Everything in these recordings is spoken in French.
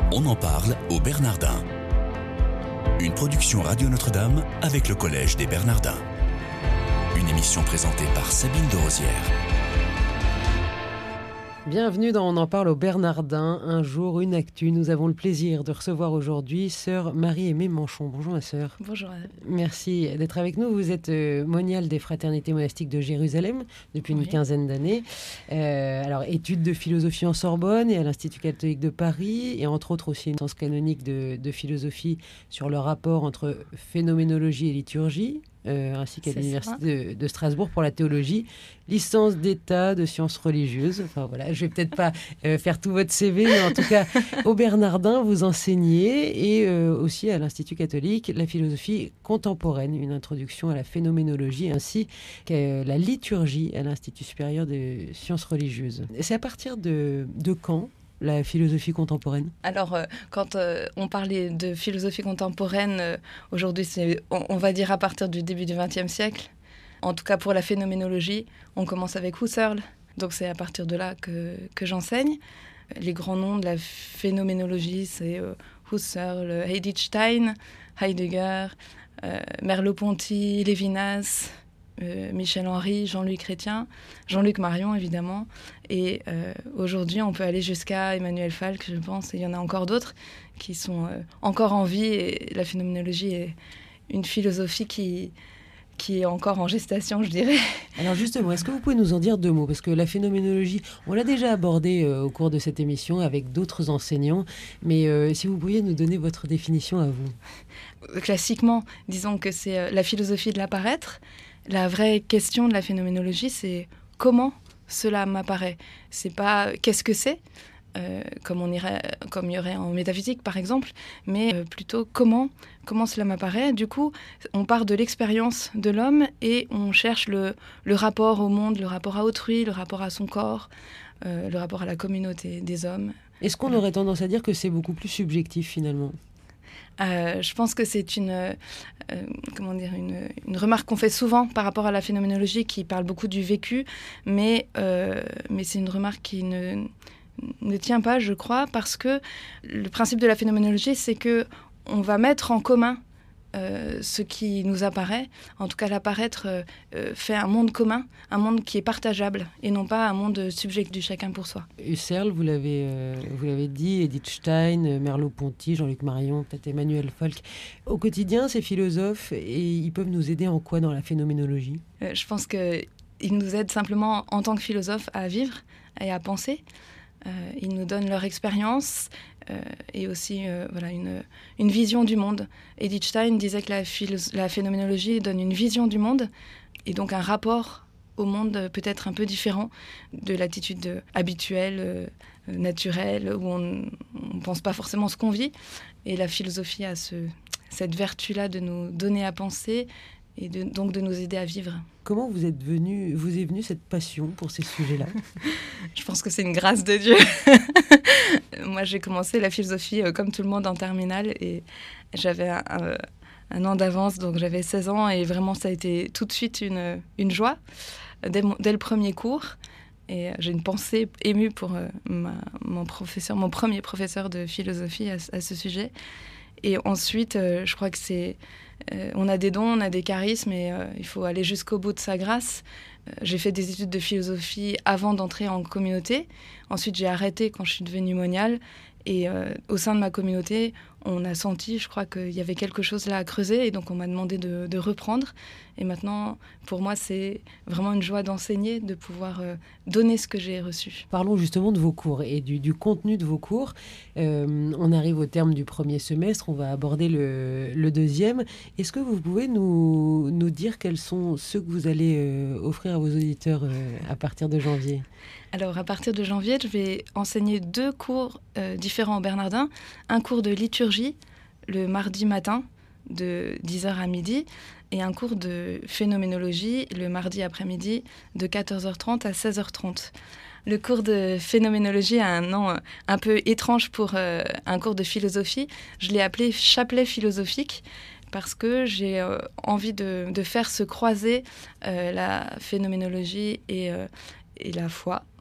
On en parle aux Bernardins. Une production Radio Notre-Dame avec le Collège des Bernardins. Une émission présentée par Sabine de Rosière. Bienvenue dans On en parle aux Bernardins, un jour, une actu. Nous avons le plaisir de recevoir aujourd'hui sœur Marie-Aimée Manchon. Bonjour ma sœur. Bonjour. Merci d'être avec nous. Vous êtes moniale des fraternités monastiques de Jérusalem depuis une quinzaine d'années. Alors, études de philosophie en Sorbonne et à l'Institut catholique de Paris, et entre autres aussi une licence canonique de philosophie sur le rapport entre phénoménologie et liturgie. Ainsi qu'à l'Université de Strasbourg pour la théologie, licence d'État de sciences religieuses. Enfin voilà, je vais peut-être pas faire tout votre CV, mais en tout cas, au Bernardin, vous enseignez et aussi à l'Institut catholique la philosophie contemporaine, une introduction à la phénoménologie, ainsi qu'à la liturgie à l'Institut supérieur des sciences religieuses. C'est à partir de quand la philosophie contemporaine? Alors, quand on parlait de philosophie contemporaine, aujourd'hui, on va dire à partir du début du XXe siècle. En tout cas, pour la phénoménologie, on commence avec Husserl. Donc, c'est à partir de là que j'enseigne. Les grands noms de la phénoménologie, c'est Husserl, Edith Stein, Heidegger, Merleau-Ponty, Lévinas, Michel Henry, Jean-Luc Chrétien, Jean-Luc Marion évidemment, et aujourd'hui on peut aller jusqu'à Emmanuel Falk, je pense, et il y en a encore d'autres qui sont encore en vie, et la phénoménologie est une philosophie qui est encore en gestation, je dirais. Alors justement, est-ce que vous pouvez nous en dire deux mots? Parce que la phénoménologie, on l'a déjà abordée au cours de cette émission avec d'autres enseignants, mais si vous pouviez nous donner votre définition à vous. Classiquement, disons que c'est la philosophie de l'apparaître. La vraie question de la phénoménologie, c'est comment cela m'apparaît. C'est pas qu'est-ce que c'est, comme il y aurait en métaphysique par exemple, mais plutôt comment cela m'apparaît. Du coup, on part de l'expérience de l'homme et on cherche le rapport au monde, le rapport à autrui, le rapport à son corps, le rapport à la communauté des hommes. Est-ce qu'on aurait tendance à dire que c'est beaucoup plus subjectif finalement ? Je pense que c'est une remarque qu'on fait souvent par rapport à la phénoménologie qui parle beaucoup du vécu, mais c'est une remarque qui ne tient pas, je crois, parce que le principe de la phénoménologie, c'est qu'on va mettre en commun ce qui nous apparaît. En tout cas, l'apparaître fait un monde commun, un monde qui est partageable et non pas un monde subject du chacun pour soi. Husserl, vous l'avez dit, Edith Stein, Merleau-Ponty, Jean-Luc Marion, peut-être Emmanuel Falk. Au quotidien, ces philosophes, et ils peuvent nous aider en quoi dans la phénoménologie ? Je pense qu'ils nous aident simplement en tant que philosophes à vivre et à penser. Ils nous donnent leur expérience et aussi une vision du monde. Edith Stein disait que la phénoménologie donne une vision du monde et donc un rapport au monde peut-être un peu différent de l'attitude habituelle, naturelle, où on ne pense pas forcément ce qu'on vit. Et la philosophie a cette vertu-là de nous donner à penser et donc de nous aider à vivre. Comment vous est venue cette passion pour ces sujets-là ? Je pense que c'est une grâce de Dieu. Moi, j'ai commencé la philosophie comme tout le monde en terminale et j'avais un an d'avance, donc j'avais 16 ans et vraiment ça a été tout de suite une joie dès le premier cours. Et j'ai une pensée émue pour mon premier professeur de philosophie à ce sujet. Et ensuite, je crois que on a des dons, on a des charismes et il faut aller jusqu'au bout de sa grâce. J'ai fait des études de philosophie avant d'entrer en communauté. Ensuite, j'ai arrêté quand je suis devenue moniale. Et au sein de ma communauté, on a senti, je crois, qu'il y avait quelque chose là à creuser. Et donc, on m'a demandé de reprendre. Et maintenant, pour moi, c'est vraiment une joie d'enseigner, de pouvoir donner ce que j'ai reçu. Parlons justement de vos cours et du contenu de vos cours. On arrive au terme du premier semestre. On va aborder le deuxième. Est-ce que vous pouvez nous dire quels sont ceux que vous allez offrir à vos auditeurs à partir de janvier ? Alors, à partir de janvier, je vais enseigner 2 cours différents au Bernardin. Un cours de liturgie, le mardi matin, de 10h à midi, et un cours de phénoménologie, le mardi après-midi, de 14h30 à 16h30. Le cours de phénoménologie a un nom un peu étrange pour un cours de philosophie. Je l'ai appelé chapelet philosophique, parce que j'ai envie de faire se croiser la phénoménologie et la foi.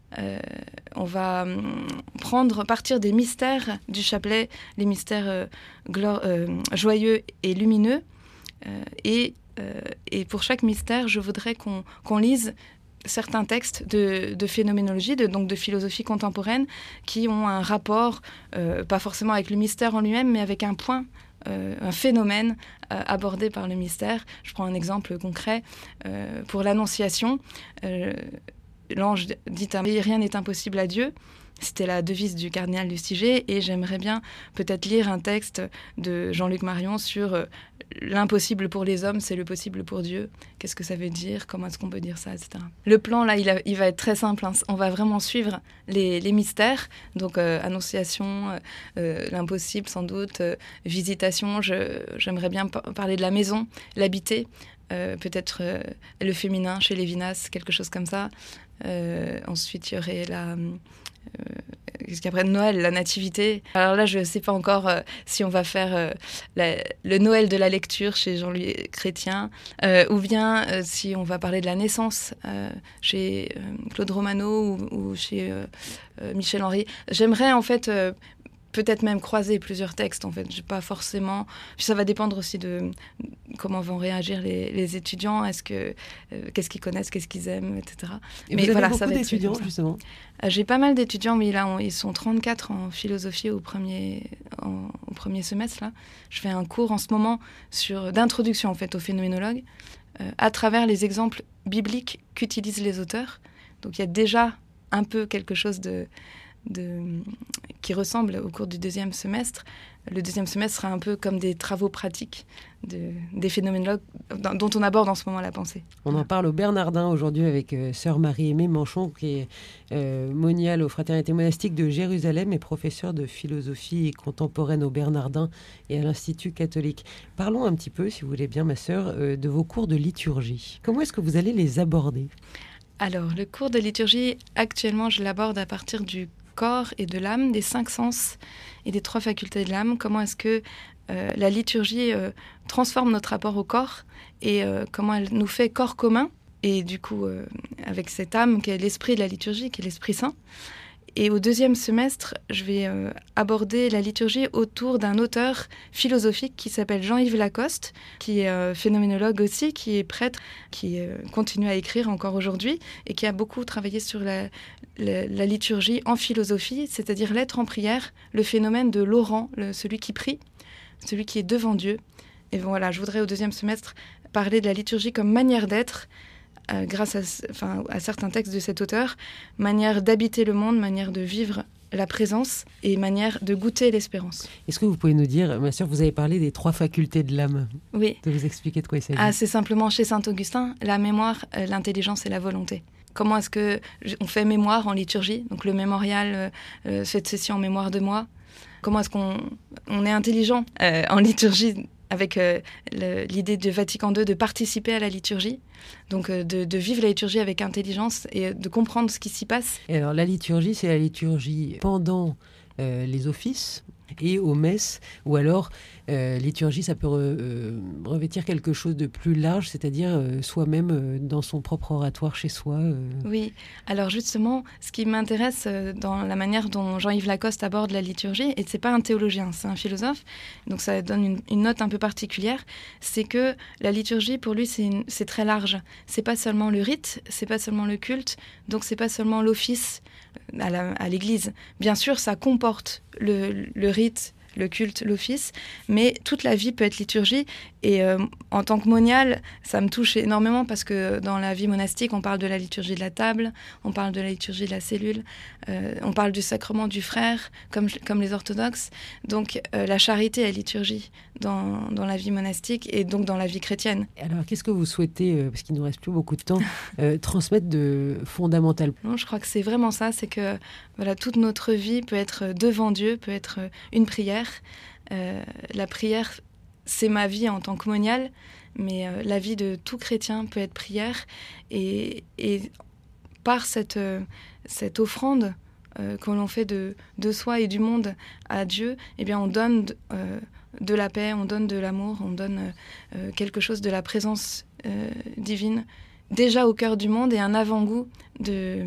On va partir des mystères du chapelet, les mystères joyeux et lumineux. Et pour chaque mystère, je voudrais qu'on lise certains textes de phénoménologie, donc de philosophie contemporaine, qui ont un rapport, pas forcément avec le mystère en lui-même, mais avec un point, un phénomène abordé par le mystère. Je prends un exemple concret. Pour l'Annonciation, l'ange dit « Rien n'est impossible à Dieu ». C'était la devise du cardinal Lustiger, et j'aimerais bien peut-être lire un texte de Jean-Luc Marion sur l'impossible pour les hommes, c'est le possible pour Dieu. Qu'est-ce que ça veut dire ? Comment est-ce qu'on peut dire ça, etc. Le plan, là, il va être très simple. Hein. On va vraiment suivre les mystères. Donc, Annonciation, l'impossible, sans doute, Visitation. J'aimerais bien parler de la maison, l'habiter. Peut-être le féminin chez Lévinas, quelque chose comme ça. Ensuite, il y aurait qu'est-ce qu'après Noël, la nativité. Alors là, je ne sais pas encore si on va faire le Noël de la lecture chez Jean-Louis Chrétien, ou bien si on va parler de la naissance chez Claude Romano ou chez Michel Henry. J'aimerais en fait peut-être même croiser plusieurs textes, en fait. J'ai pas forcément... Puis ça va dépendre aussi de comment vont réagir les étudiants. Qu'est-ce qu'ils connaissent, qu'est-ce qu'ils aiment, etc. Mais vous avez beaucoup d'étudiants, justement. J'ai pas mal d'étudiants, mais là, ils sont 34 en philosophie au premier semestre. Là. Je fais un cours en ce moment d'introduction, en fait, aux phénoménologues, à travers les exemples bibliques qu'utilisent les auteurs. Donc il y a déjà un peu quelque chose qui ressemble au cours du deuxième semestre. Le deuxième semestre sera un peu comme des travaux pratiques des phénoménologues dont on aborde en ce moment la pensée. On en parle au Bernardin aujourd'hui avec sœur Marie-Aimée Manchon, qui est moniale aux Fraternités monastiques de Jérusalem et professeure de philosophie contemporaine au Bernardin et à l'Institut catholique. Parlons un petit peu, si vous voulez bien, ma sœur, de vos cours de liturgie. Comment est-ce que vous allez les aborder ? Alors, le cours de liturgie, actuellement, je l'aborde à partir du corps et de l'âme, des 5 sens et des 3 facultés de l'âme. Comment est-ce que la liturgie transforme notre rapport au corps et comment elle nous fait corps commun, et du coup avec cette âme qui est l'esprit de la liturgie, qui est l'Esprit Saint. Et au deuxième semestre, je vais aborder la liturgie autour d'un auteur philosophique qui s'appelle Jean-Yves Lacoste, qui est phénoménologue aussi, qui est prêtre, qui continue à écrire encore aujourd'hui et qui a beaucoup travaillé sur la liturgie en philosophie, c'est-à-dire l'être en prière, le phénomène de l'orant, celui qui prie, celui qui est devant Dieu. Et voilà, je voudrais au deuxième semestre parler de la liturgie comme manière d'être, grâce à certains textes de cet auteur, manière d'habiter le monde, manière de vivre la présence et manière de goûter l'espérance. Est-ce que vous pouvez nous dire, ma sœur, vous avez parlé des 3 facultés de l'âme. Oui. De vous expliquer de quoi il s'agit. C'est simplement chez Saint-Augustin, la mémoire, l'intelligence et la volonté. Comment est-ce qu'on fait mémoire en liturgie ? Donc le mémorial, cette session en mémoire de moi. Comment est-ce qu'on est intelligent en liturgie, avec l'idée de Vatican II de participer à la liturgie, donc de vivre la liturgie avec intelligence et de comprendre ce qui s'y passe. Et alors la liturgie, c'est la liturgie pendant les offices et aux messes, ou alors liturgie, ça peut revêtir quelque chose de plus large, c'est-à-dire soi-même dans son propre oratoire chez soi. Oui, alors justement, ce qui m'intéresse dans la manière dont Jean-Yves Lacoste aborde la liturgie, et c'est pas un théologien, c'est un philosophe, donc ça donne une note un peu particulière, c'est que la liturgie, pour lui, c'est très large. C'est pas seulement le rite, c'est pas seulement le culte, donc c'est pas seulement l'office à l'église. Bien sûr, ça comporte le rite, le culte, l'office, mais toute la vie peut être liturgie. Et en tant que moniale, ça me touche énormément parce que dans la vie monastique, on parle de la liturgie de la table, on parle de la liturgie de la cellule, on parle du sacrement du frère, comme les orthodoxes. Donc la charité est liturgie dans la vie monastique et donc dans la vie chrétienne. Alors qu'est-ce que vous souhaitez, parce qu'il ne nous reste plus beaucoup de temps, transmettre de fondamental ? Non, je crois que c'est vraiment ça, c'est que voilà, toute notre vie peut être devant Dieu, peut être une prière. La prière, c'est ma vie en tant que moniale, mais la vie de tout chrétien peut être prière. Et par cette offrande que l'on fait de soi et du monde à Dieu, eh bien on donne de la paix, on donne de l'amour, on donne quelque chose de la présence divine déjà au cœur du monde et un avant-goût de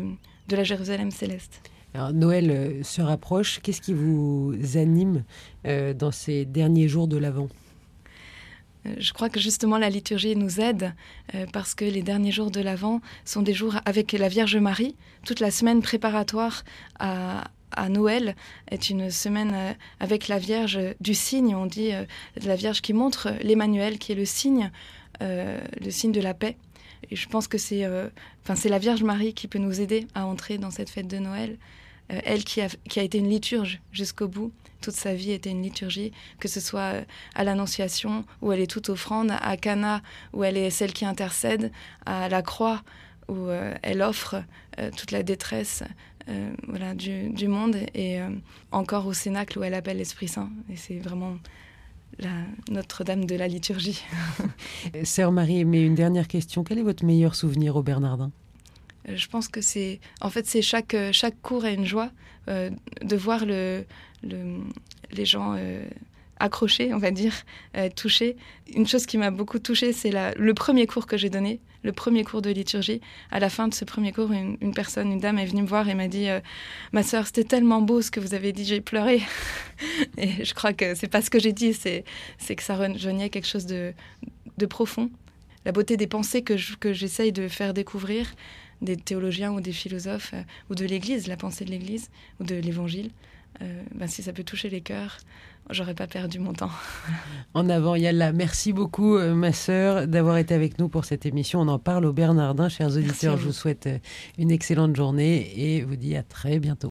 de la Jérusalem céleste. Alors, Noël se rapproche. Qu'est-ce qui vous anime dans ces derniers jours de l'Avent ? Je crois que justement la liturgie nous aide parce que les derniers jours de l'Avent sont des jours avec la Vierge Marie. Toute la semaine préparatoire à Noël est une semaine avec la Vierge du signe. On dit la Vierge qui montre l'Emmanuel, qui est le signe de la paix. Et je pense que c'est la Vierge Marie qui peut nous aider à entrer dans cette fête de Noël. Elle qui a été une liturge jusqu'au bout. Toute sa vie était une liturgie, que ce soit à l'Annonciation, où elle est toute offrande, à Cana, où elle est celle qui intercède, à la croix, où elle offre toute la détresse du monde, et encore au Cénacle, où elle appelle l'Esprit Saint. Et c'est vraiment Notre-Dame de la liturgie. Sœur Marie, mais une dernière question. Quel est votre meilleur souvenir au Bernardin ? Je pense que c'est chaque cours est une joie de voir les gens accrochés, on va dire, touchés. Une chose qui m'a beaucoup touchée, c'est le premier cours que j'ai donné, le premier cours de liturgie. À la fin de ce premier cours, une dame est venue me voir et m'a dit « Ma sœur, c'était tellement beau ce que vous avez dit, j'ai pleuré ». Et je crois que c'est pas ce que j'ai dit, c'est que ça rejoignait quelque chose de profond. La beauté des pensées que j'essaye de faire découvrir, des théologiens ou des philosophes, ou de l'Église, la pensée de l'Église, ou de l'Évangile. Si ça peut toucher les cœurs, j'aurais pas perdu mon temps. En avant, Yalla. Merci beaucoup, ma sœur, d'avoir été avec nous pour cette émission. On en parle au Bernardin. Chers auditeurs, je vous souhaite une excellente journée et vous dis à très bientôt.